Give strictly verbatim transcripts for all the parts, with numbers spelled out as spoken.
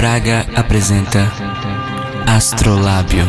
Braga apresenta Astrolábio.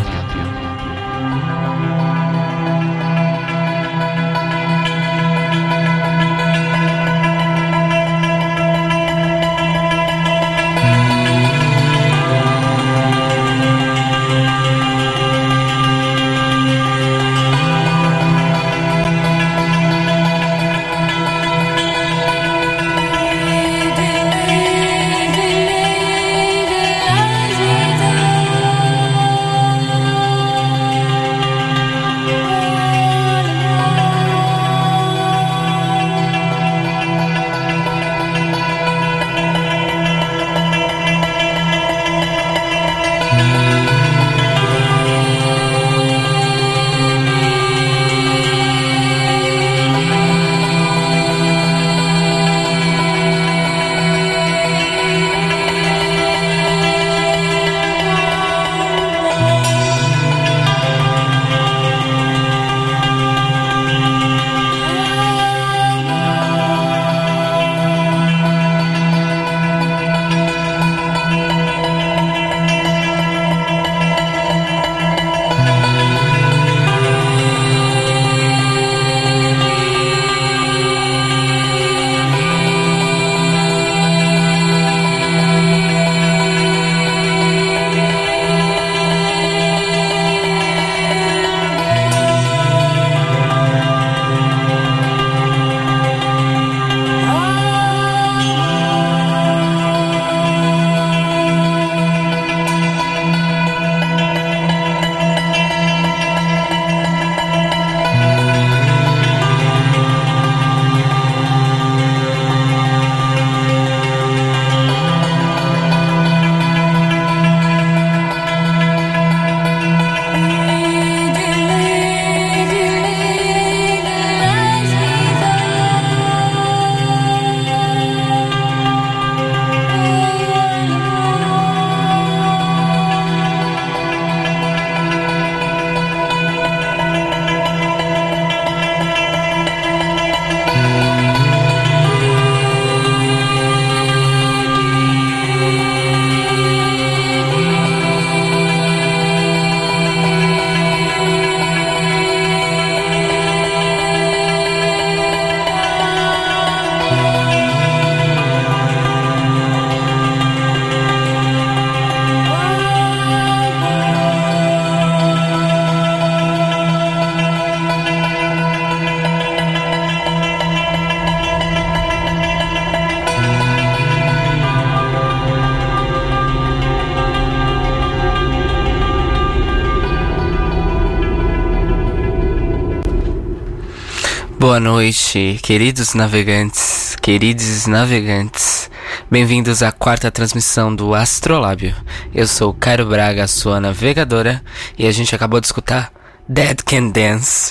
Boa noite, queridos navegantes, queridos navegantes. Bem-vindos à quarta transmissão do Astrolábio. Eu sou Cairo Braga, a sua navegadora, e a gente acabou de escutar Dead Can Dance.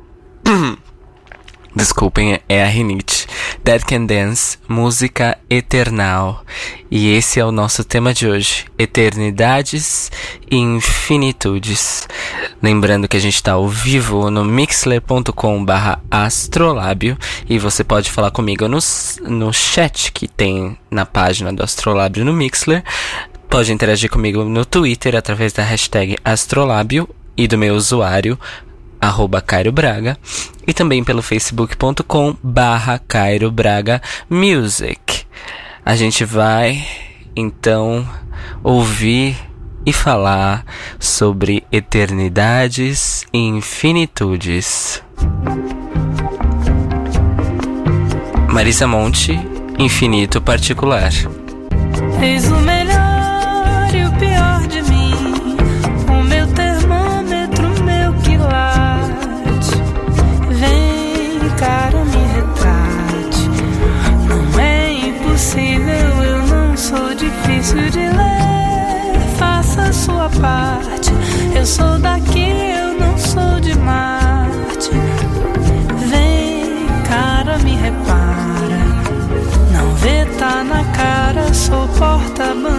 Desculpem, é a rinite. Dead Can Dance, música eternal. E esse é o nosso tema de hoje: eternidades e infinitudes. Lembrando que a gente está ao vivo no mixler ponto com barra astrolábio, e você pode falar comigo no, no chat que tem na página do Astrolábio no Mixler. Pode interagir comigo no Twitter através da hashtag Astrolábio e do meu usuário arroba Cairo Braga, e também pelo facebook ponto com barra Cairo Braga Music. A gente vai então ouvir e falar sobre eternidades e infinitudes. Marisa Monte, Infinito Particular. Eis o melhor e o pior de mim, o meu termômetro, meu quilate. Vem, cara, me retrate. Não é impossível, eu não sou difícil de ler. Faça a sua parte. Eu sou daqui, eu não sou de Marte. Vem, cara, me repara. Não vê, tá na cara, sou porta-bandeira.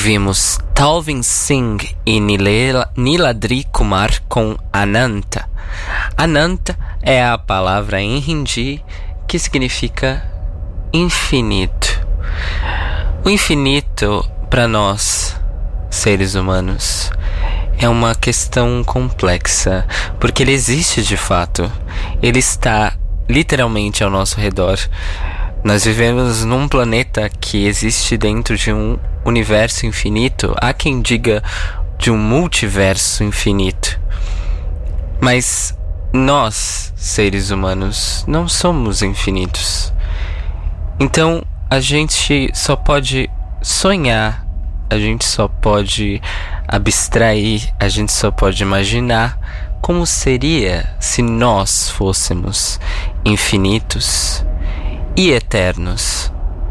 Ouvimos Talvin Singh e Niladri Kumar com Ananta. Ananta é a palavra em hindi que significa infinito. O infinito, para nós, seres humanos, é uma questão complexa, porque ele existe de fato. Ele está literalmente ao nosso redor. Nós vivemos num planeta que existe dentro de um universo infinito. Há quem diga de um multiverso infinito. Mas nós, seres humanos, não somos infinitos. Então a gente só pode sonhar, a gente só pode abstrair, a gente só pode imaginar como seria se nós fôssemos infinitos e eternos.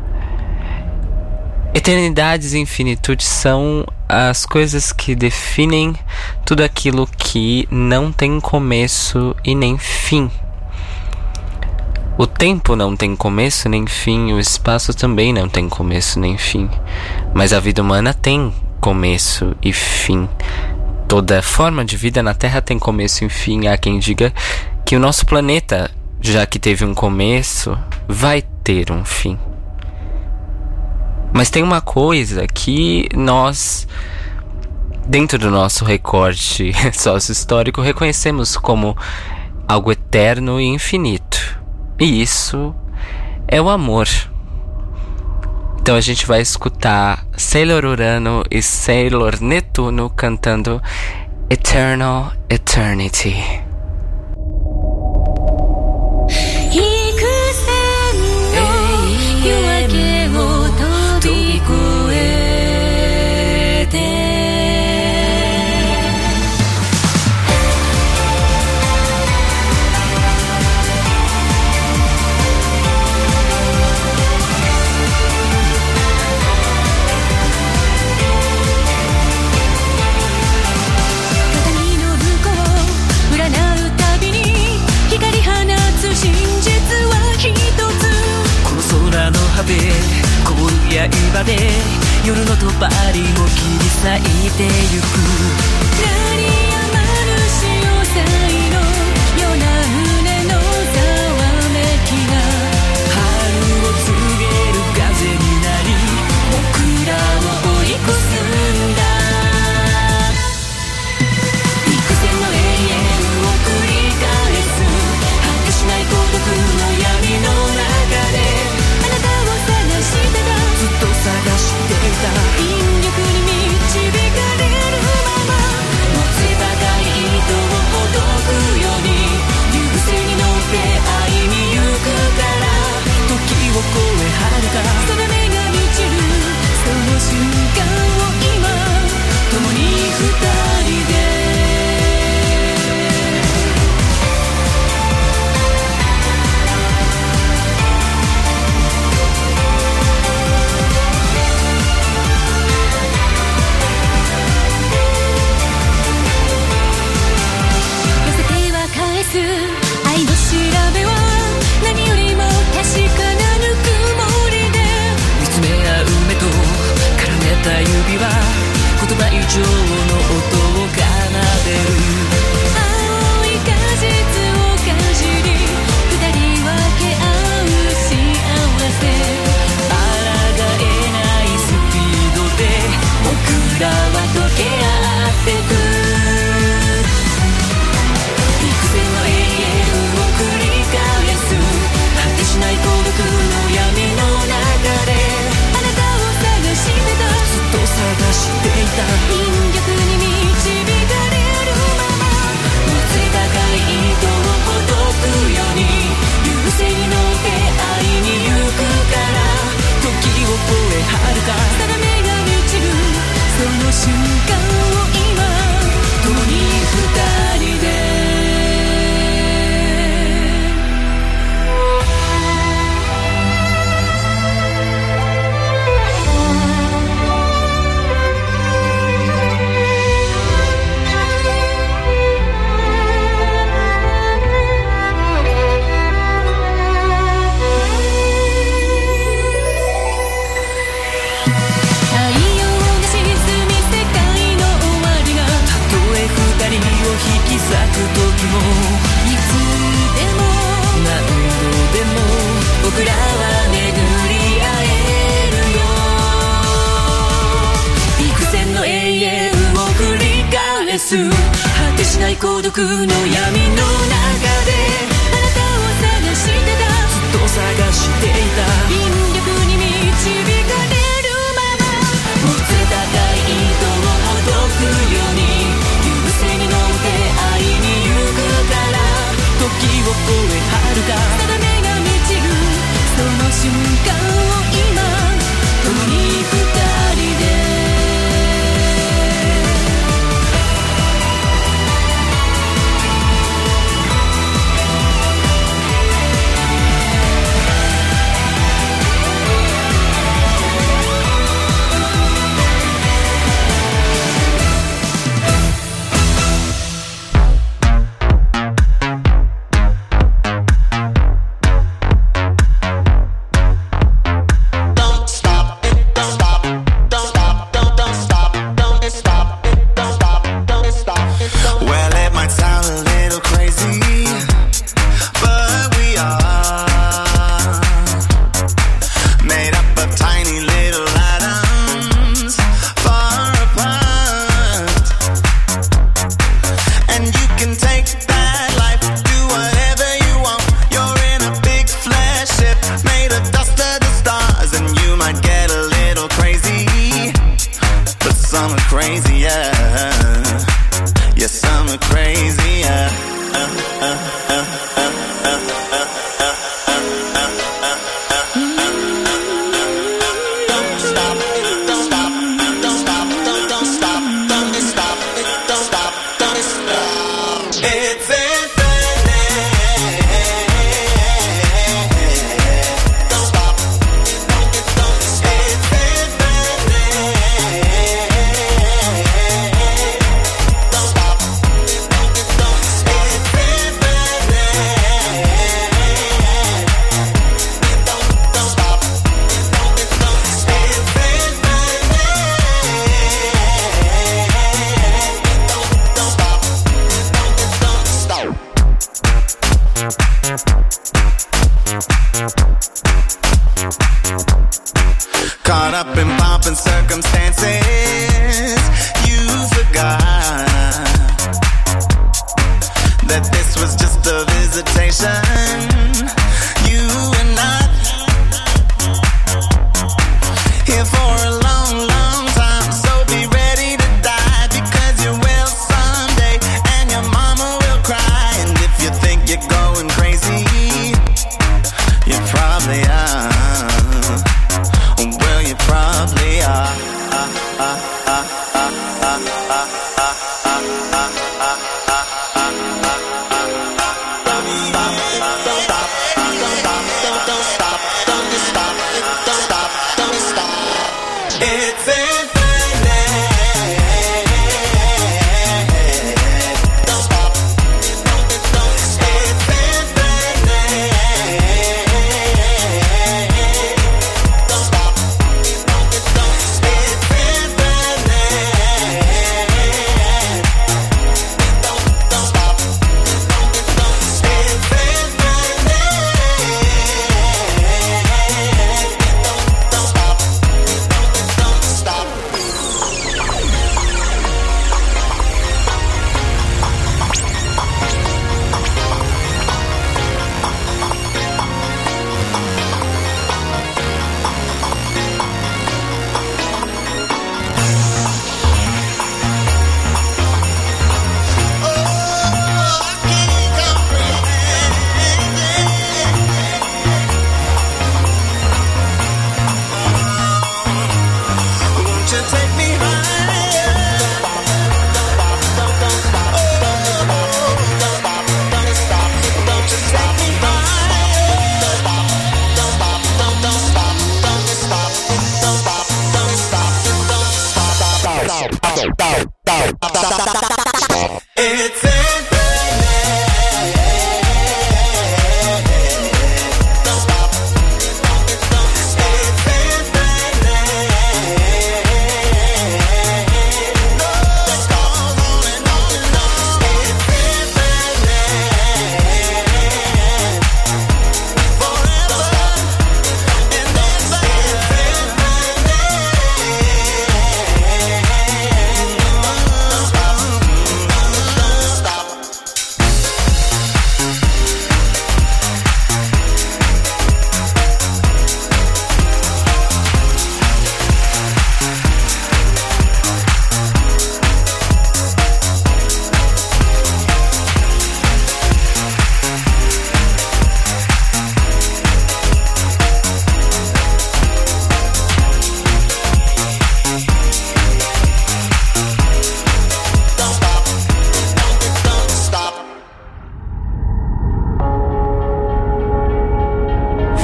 Eternidades e infinitudes são as coisas que definem tudo aquilo que não tem começo e nem fim. O tempo não tem começo nem fim, o espaço também não tem começo nem fim. Mas a vida humana tem começo e fim. Toda forma de vida na Terra tem começo e fim. Há quem diga que o nosso planeta, já que teve um começo, vai ter um fim. Mas tem uma coisa que nós, dentro do nosso recorte sócio-histórico, reconhecemos como algo eterno e infinito. E isso é o amor. Então a gente vai escutar Sailor Urano e Sailor Netuno cantando Eternal Eternity. で夜のとばりも切り裂いてゆく鳴りやまぬ潮騒のような胸のざわめきが春を告げる風になり僕らを追い越すんだ幾千の永遠を繰り返す果てしない孤独の闇の中であなたを探してたずっと探していた引力に導かれるまま持ち高い糸をほどくように流星に乗って会いに行くから時を越え遥かその目が満ちるその瞬間を今共に二人で愛の調べは何よりも確かなぬくもりで見つめ合う目と絡めた指は言葉以上の音を奏でる青い果実をかじり二人分け合う幸せ抗えないスピードで僕らは溶け合ってくしない孤独の闇の中であなたを探してたずっと探していた引力い孤独の闇の中であなたを探してた、ずっと探していた、引力に導かれるまま、もつれた赤い糸をほどくように優勢に乗って会いに行くから、時を越え遥か定めが満ちるその瞬間を今共に二人で Caught up in pomp and circumstances, you forgot that this was just a visitation. You and I here for a long, long time, so be ready to die because you will someday, and your mama will cry. And if you think you're going crazy, you probably are. Well, you probably are.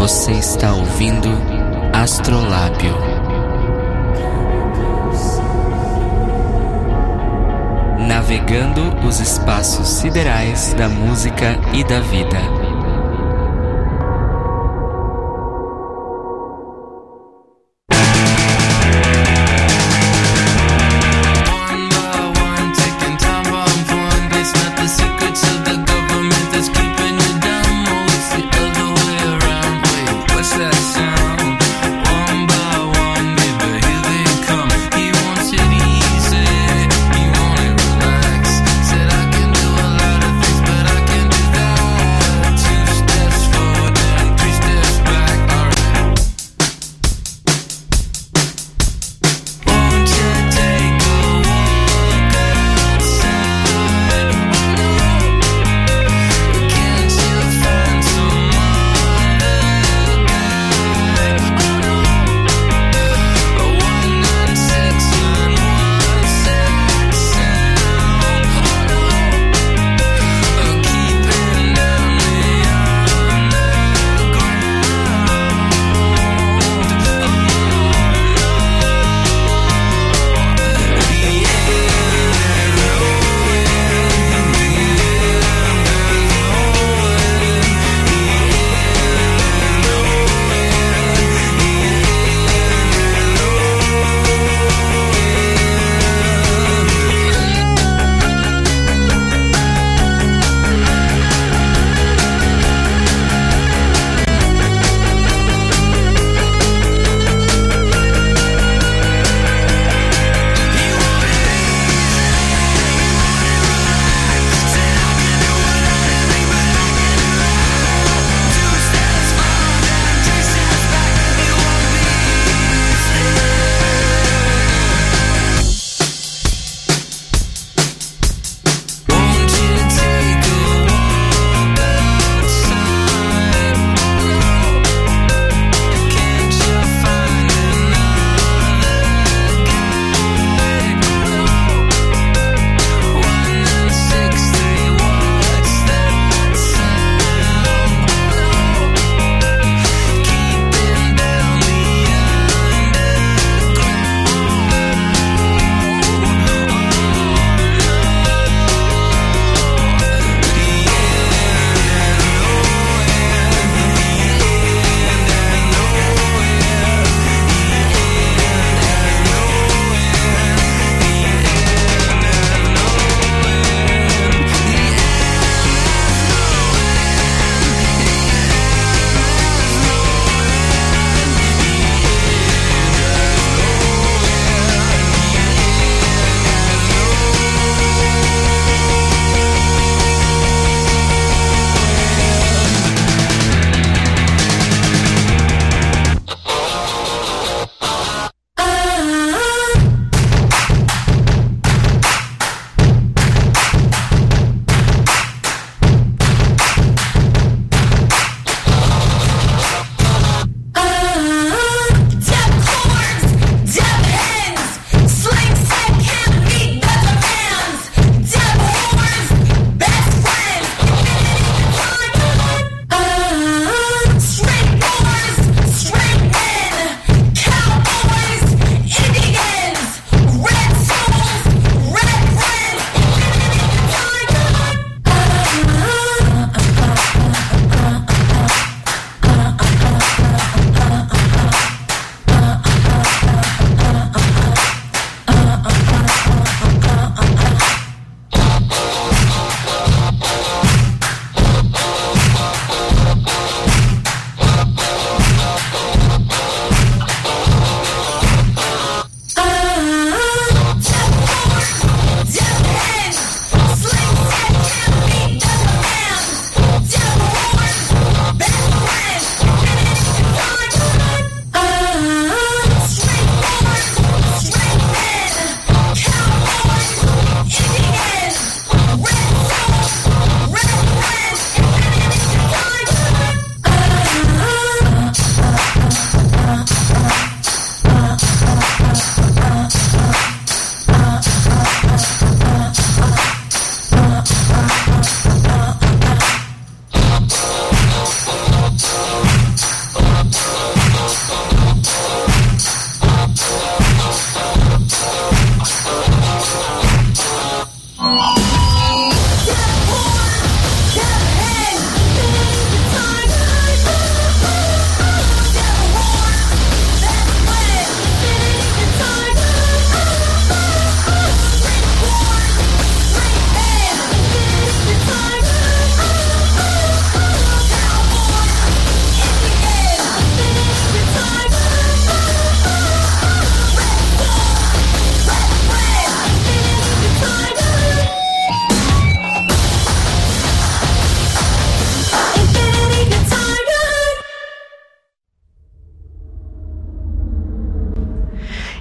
Você está ouvindo Astrolábio. Navegando os espaços siderais da música e da vida.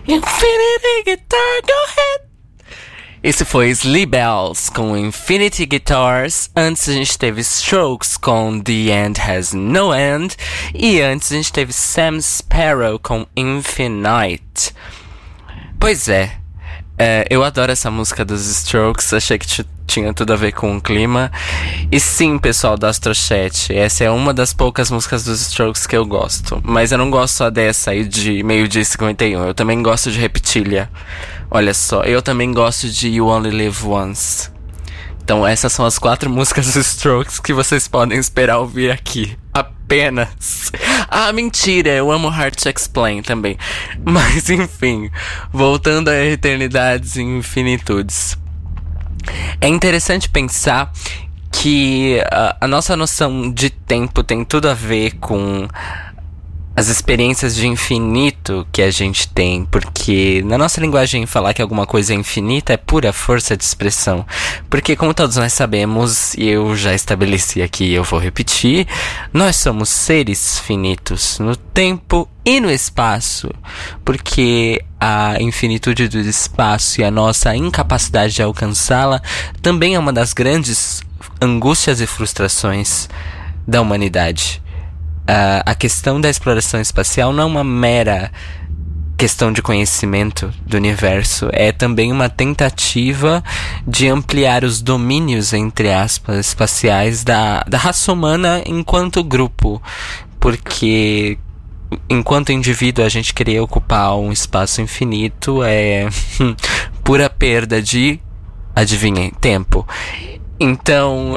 Infinity Guitar, go ahead! Esse foi Sleigh Bells com Infinity Guitars. Antes a gente teve Strokes com The End Has No End. E antes a gente teve Sam Sparrow com Infinite. Pois é, é eu adoro essa música dos Strokes. Achei que t- tinha tudo a ver com o clima. E sim, pessoal do Astrochat, essa é uma das poucas músicas dos Strokes que eu gosto. Mas eu não gosto só dessa aí de meio-dia e cinquenta e um. Eu também gosto de Reptilia. Olha só, eu também gosto de You Only Live Once. Então essas são as quatro músicas dos Strokes que vocês podem esperar ouvir aqui. Apenas. Ah, mentira, eu amo Hard to Explain também. Mas enfim, voltando a eternidades e infinitudes. É interessante pensar que uh, a nossa noção de tempo tem tudo a ver com as experiências de infinito que a gente tem, porque na nossa linguagem falar que alguma coisa é infinita é pura força de expressão, porque como todos nós sabemos, e eu já estabeleci aqui e eu vou repetir, nós somos seres finitos no tempo e no espaço, porque a infinitude do espaço e a nossa incapacidade de alcançá-la também é uma das grandes angústias e frustrações da humanidade. Uh, a questão da exploração espacial não é uma mera questão de conhecimento do universo, é também uma tentativa de ampliar os domínios, entre aspas, espaciais da, da raça humana enquanto grupo, porque enquanto indivíduo a gente querer ocupar um espaço infinito é pura perda de, adivinhem, tempo. Então...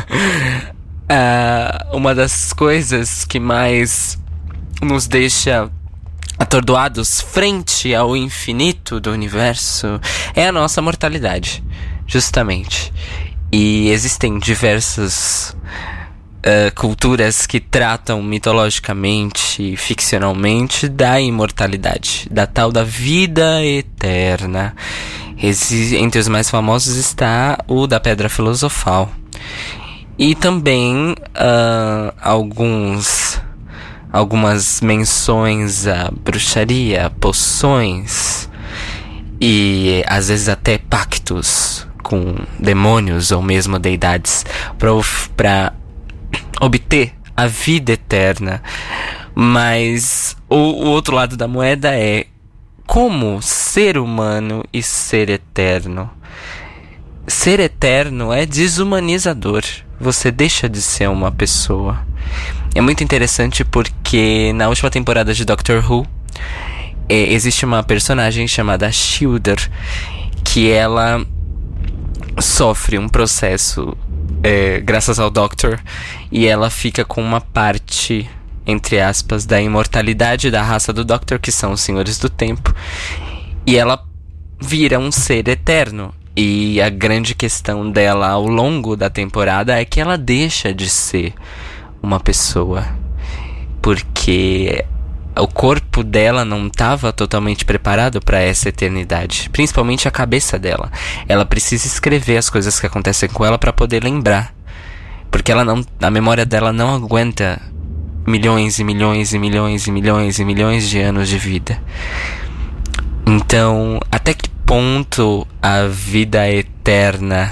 Uh, uma das coisas que mais nos deixa atordoados frente ao infinito do universo é a nossa mortalidade, justamente. E existem diversas uh, culturas que tratam mitologicamente e ficcionalmente da imortalidade, da tal da vida eterna. Esse, entre os mais famosos está o da Pedra Filosofal. E também uh, alguns, algumas menções à bruxaria, poções e às vezes até pactos com demônios ou mesmo deidades para obter a vida eterna. Mas o, o outro lado da moeda é como ser humano e ser eterno. Ser eterno é desumanizador. Você deixa de ser uma pessoa. É muito interessante porque na última temporada de Doctor Who é, existe uma personagem chamada Shielder, que ela sofre um processo é, graças ao Doctor, e ela fica com uma parte, entre aspas, da imortalidade da raça do Doctor, que são os Senhores do Tempo, e ela vira um ser eterno. E a grande questão dela ao longo da temporada é que ela deixa de ser uma pessoa, porque o corpo dela não estava totalmente preparado para essa eternidade, principalmente a cabeça dela. Ela precisa escrever as coisas que acontecem com ela para poder lembrar, porque ela não, a memória dela não aguenta milhões e milhões e milhões e milhões e milhões de anos de vida. Então, até que ponto a vida eterna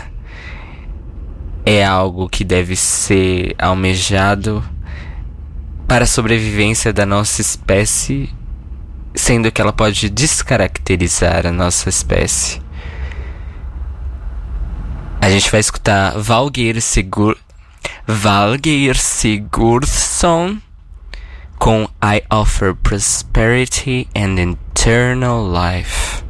é algo que deve ser almejado para a sobrevivência da nossa espécie, sendo que ela pode descaracterizar a nossa espécie? A gente vai escutar Valgeir Sigur... Valgeir Sigurðsson com I Offer Prosperity and Eternal Life.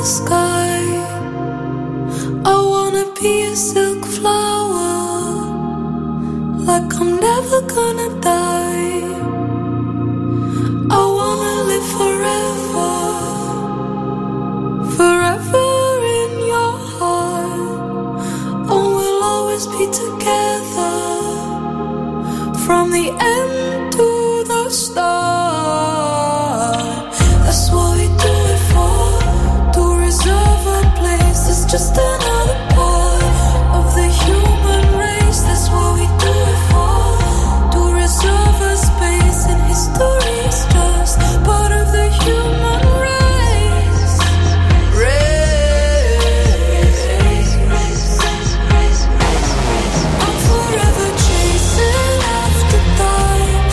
the sky. I wanna be a silk flower, like I'm never gonna die. I wanna live forever, forever in your heart. And we'll always be together, from the end to the start. That's what we do it for, to reserve a place. It's just another part of the human race. That's what we do it for, to reserve a space in history. It's just part of the human race. Race. I'm forever chasing after time.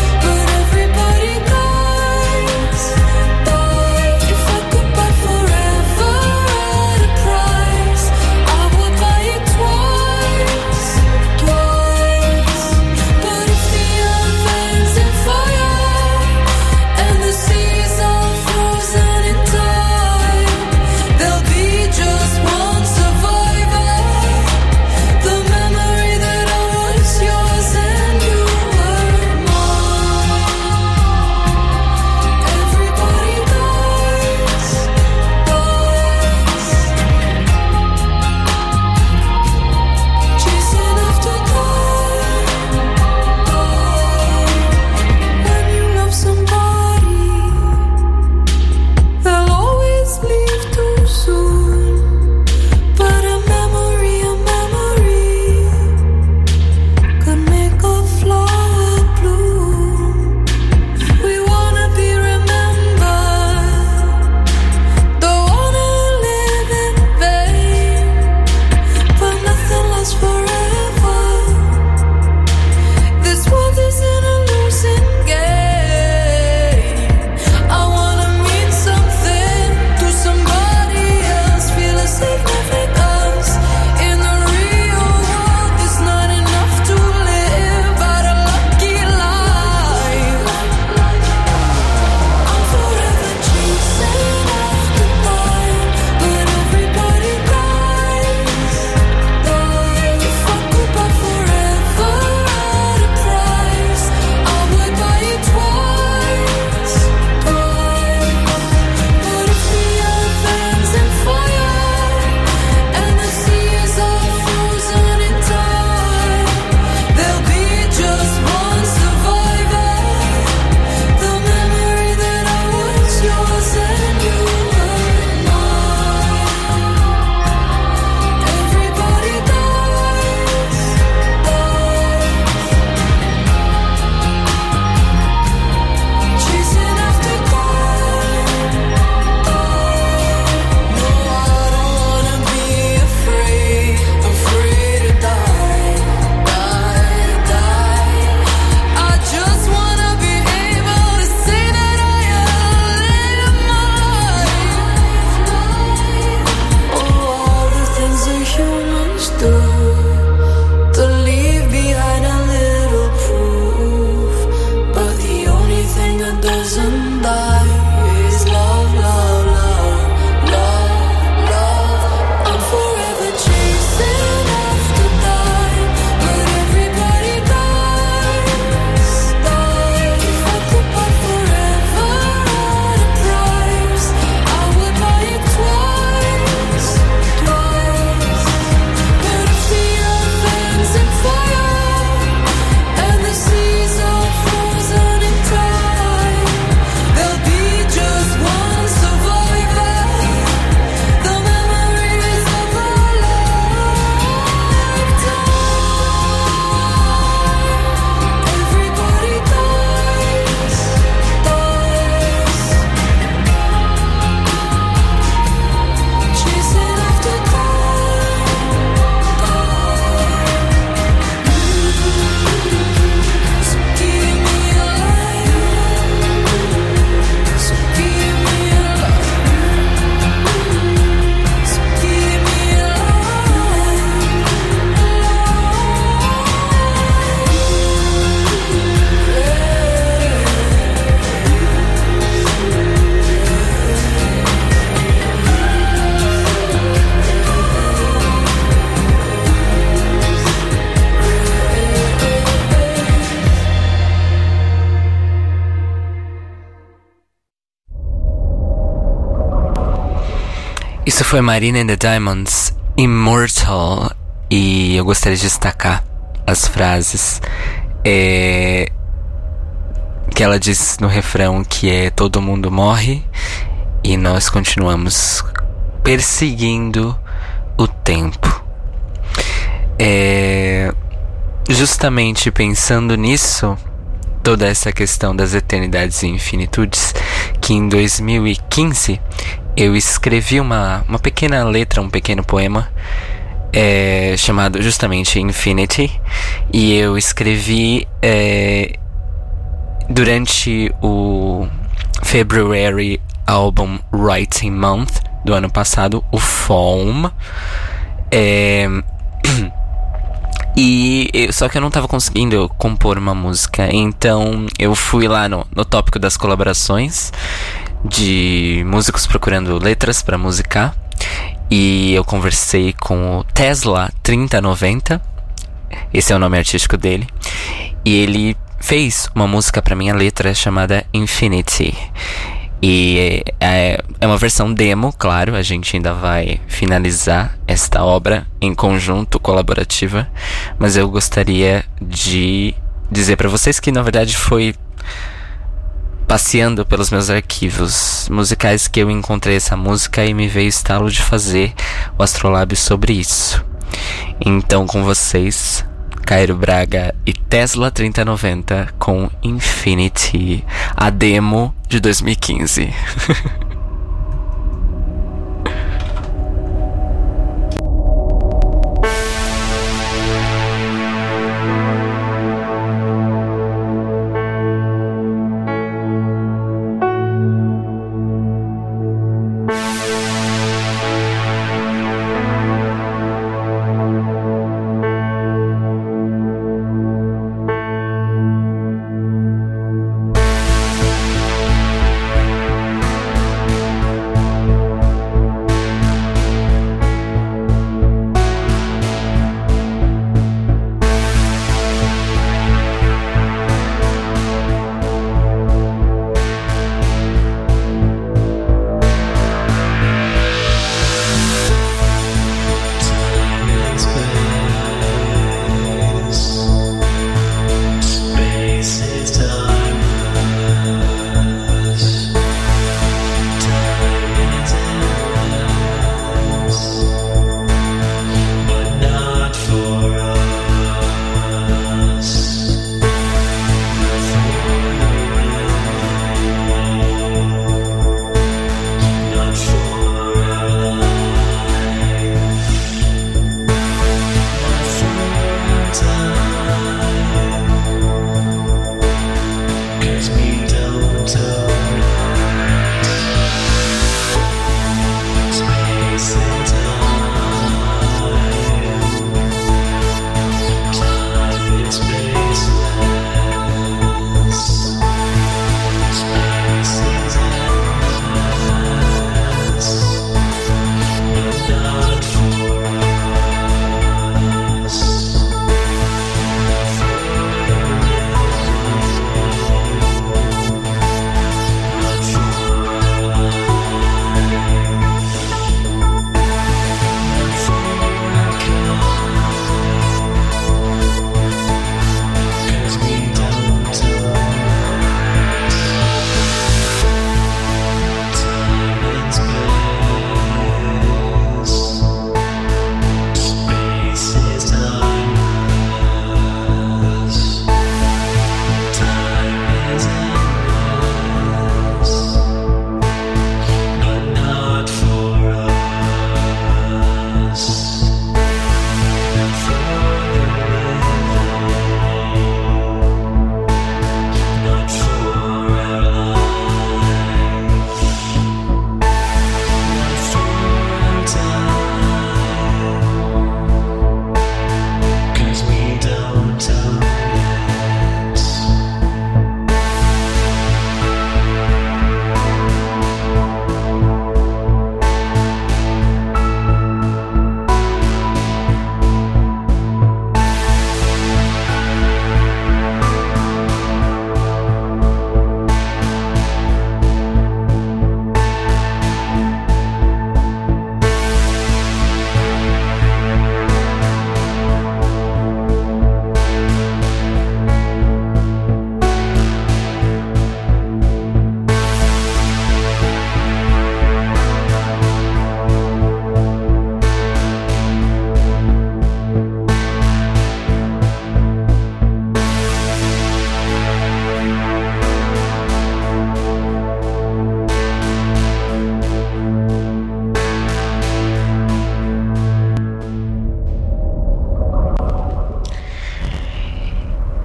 Isso foi Marina and the Diamonds, Immortal. E eu gostaria de destacar as frases é, que ela diz no refrão, que é: todo mundo morre e nós continuamos perseguindo o tempo. É, justamente pensando nisso, toda essa questão das eternidades e infinitudes, que em dois mil e quinze eu escrevi uma, uma pequena letra, um pequeno poema é, chamado justamente Infinity. E eu escrevi é, durante o February Album Writing Month do ano passado, o Foam. É, e eu, só que eu não tava conseguindo compor uma música, então eu fui lá no, no tópico das colaborações de músicos procurando letras pra musicar, e eu conversei com o Tesla trinta noventa, esse é o nome artístico dele, e ele fez uma música pra minha letra chamada Infinity. E é, é uma versão demo, claro, a gente ainda vai finalizar esta obra em conjunto, colaborativa, mas eu gostaria de dizer pra vocês que na verdade foi passeando pelos meus arquivos musicais que eu encontrei essa música e me veio o estalo de fazer o Astrolab sobre isso. Então, com vocês, Cairo Braga e Tesla trinta noventa com Infinity, a demo de dois mil e quinze.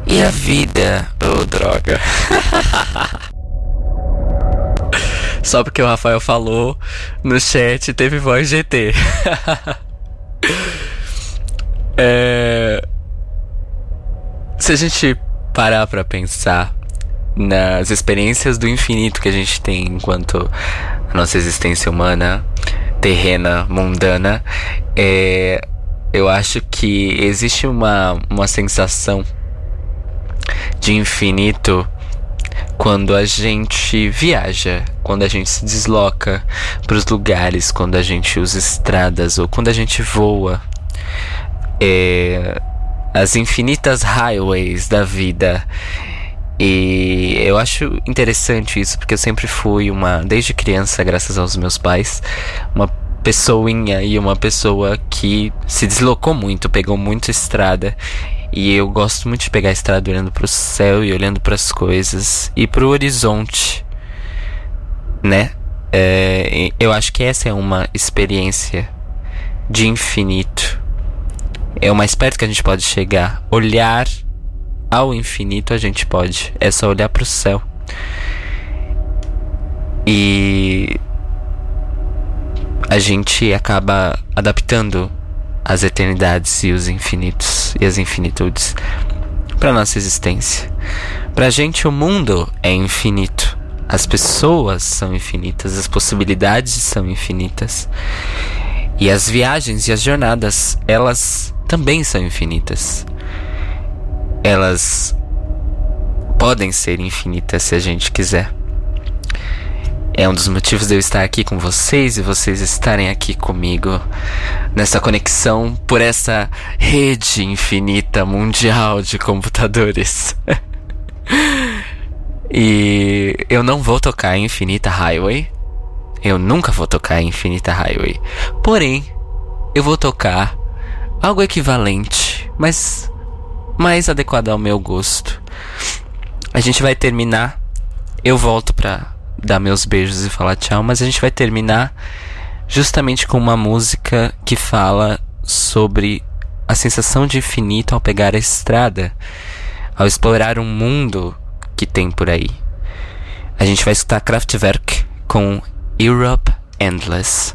E a vida, ô droga. Só porque o Rafael falou no chat, teve voz G T. é... Se a gente parar pra pensar nas experiências do infinito que a gente tem enquanto a nossa existência humana, terrena, mundana, é... eu acho que existe uma, uma sensação de infinito quando a gente viaja, quando a gente se desloca para os lugares, quando a gente usa estradas ou quando a gente voa. É, as infinitas highways da vida. E eu acho interessante isso, porque eu sempre fui uma, desde criança, graças aos meus pais, uma pessoinha e uma pessoa que se deslocou muito, pegou muito estrada. E eu gosto muito de pegar a estrada olhando pro céu e olhando pras coisas e pro horizonte, né? É, eu acho que essa é uma experiência de infinito. É o mais perto que a gente pode chegar. Olhar ao infinito a gente pode. É só olhar pro céu. E a gente acaba adaptando as eternidades e os infinitos e as infinitudes para nossa existência. Pra gente o mundo é infinito, as pessoas são infinitas, as possibilidades são infinitas e as viagens e as jornadas, elas também são infinitas. Elas podem ser infinitas se a gente quiser. É um dos motivos de eu estar aqui com vocês e vocês estarem aqui comigo nessa conexão por essa rede infinita mundial de computadores. E eu não vou tocar em Infinita Highway. Eu nunca vou tocar em Infinita Highway. Porém, eu vou tocar algo equivalente, mas mais adequado ao meu gosto. A gente vai terminar. Eu volto pra dar meus beijos e falar tchau, mas a gente vai terminar justamente com uma música que fala sobre a sensação de infinito ao pegar a estrada, ao explorar um mundo que tem por aí. A gente vai escutar Kraftwerk com Europe Endless.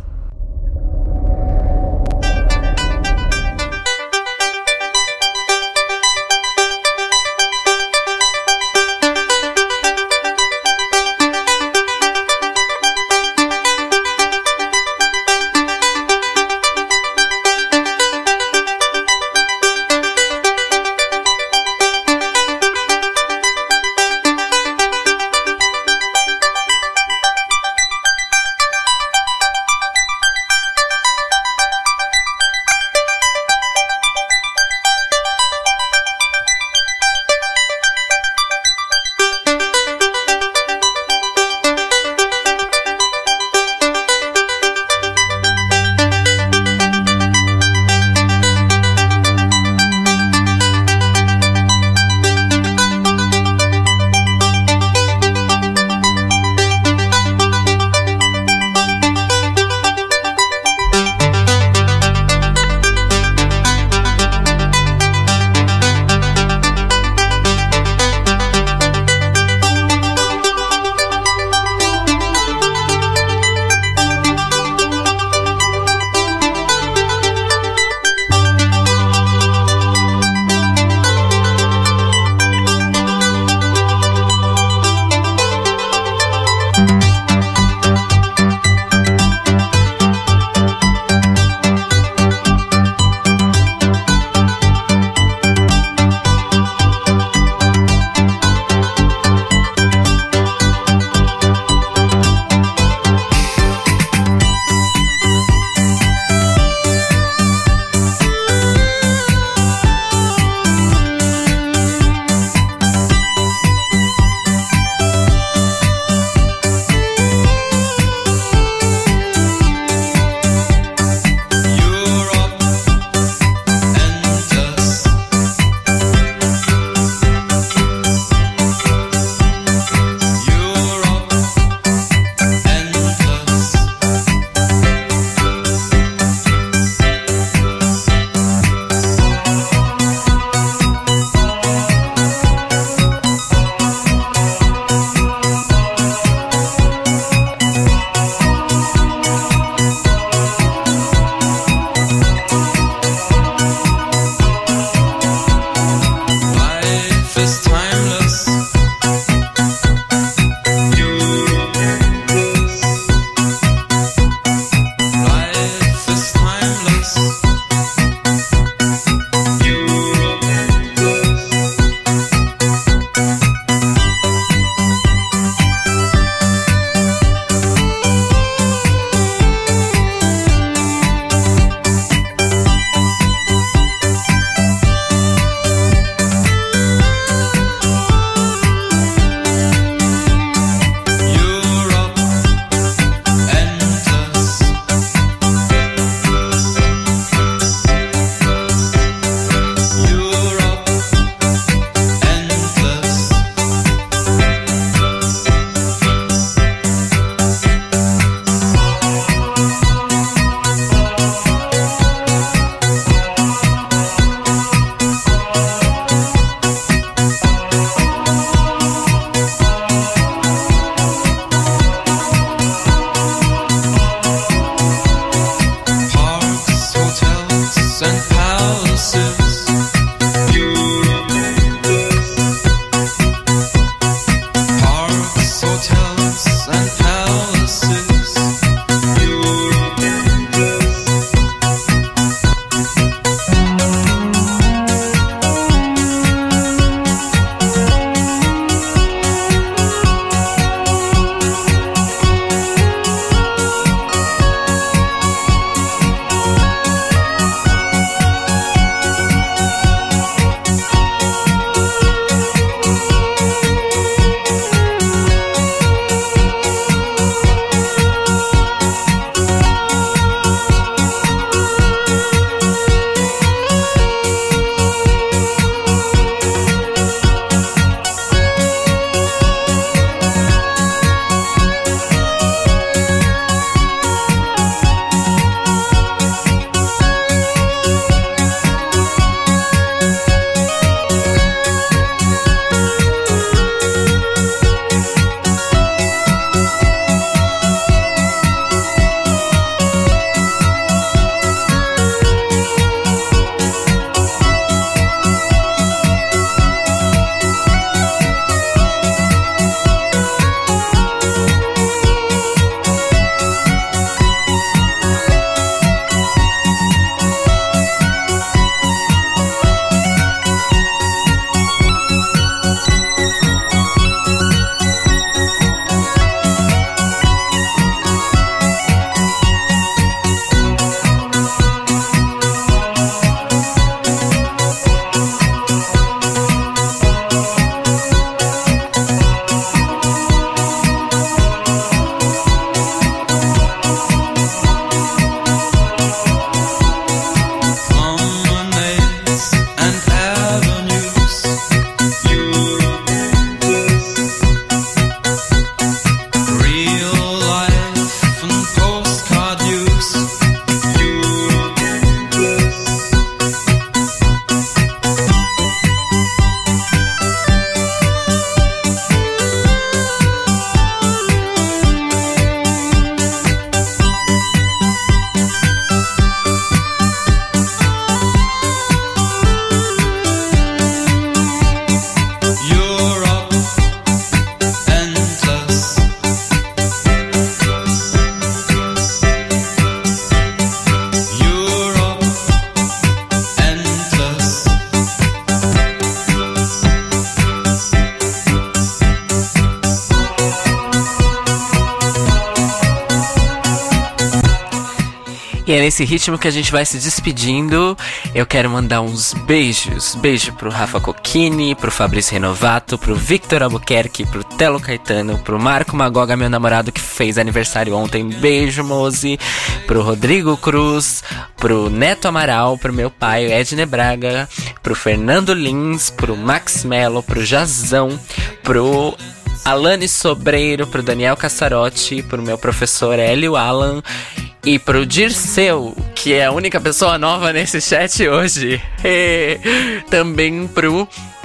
E é nesse ritmo que a gente vai se despedindo. Eu quero mandar uns beijos. Beijo pro Rafa Cocchini, pro Fabrício Renovato, pro Victor Albuquerque, pro Telo Caetano, pro Marco Magoga, meu namorado que fez aniversário ontem. Beijo, Mozi. Pro Rodrigo Cruz, pro Neto Amaral, pro meu pai, o Edne Braga, pro Fernando Lins, pro Max Mello, pro Jazão, pro Alane Sobreiro, pro Daniel Cassarotti, pro meu professor Hélio Alan e pro Dirceu, que é a única pessoa nova nesse chat hoje. E também pro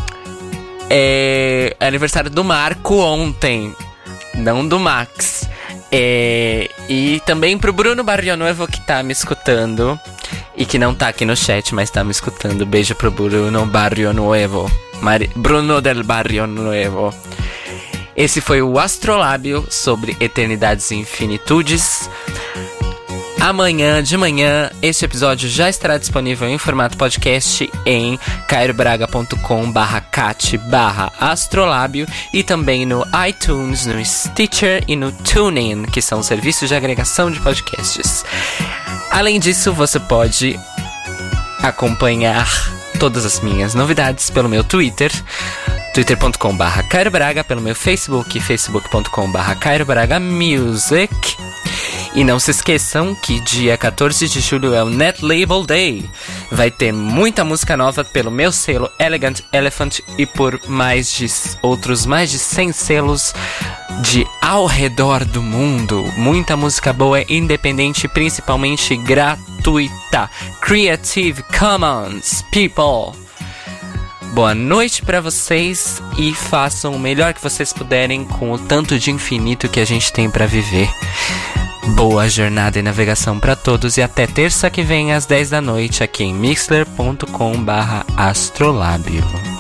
é, aniversário do Marco ontem, não do Max. É, e também pro Bruno Barrionuevo, que tá me escutando e que não tá aqui no chat, mas tá me escutando. Beijo pro Bruno Barrionuevo, Mari- Bruno del Barrionuevo. Esse foi o Astrolábio sobre Eternidades e Infinitudes. Amanhã de manhã, este episódio já estará disponível em formato podcast em cairobraga ponto com barra cat barra astrolábio e também no iTunes, no Stitcher e no TuneIn, que são serviços de agregação de podcasts. Além disso, você pode acompanhar todas as minhas novidades pelo meu Twitter, twitter ponto com barra cairobraga, pelo meu Facebook, facebook ponto com barra cairobragamusic. E não se esqueçam que dia quatorze de julho é o Net Label Day. Vai ter muita música nova pelo meu selo Elegant Elephant e por mais de outros mais de cem selos de ao redor do mundo. Muita música boa, independente, principalmente gratuita. Creative Commons, people! Boa noite pra vocês e façam o melhor que vocês puderem com o tanto de infinito que a gente tem pra viver. Boa jornada e navegação pra todos e até terça que vem às dez da noite aqui em mixler ponto com barra astrolábio.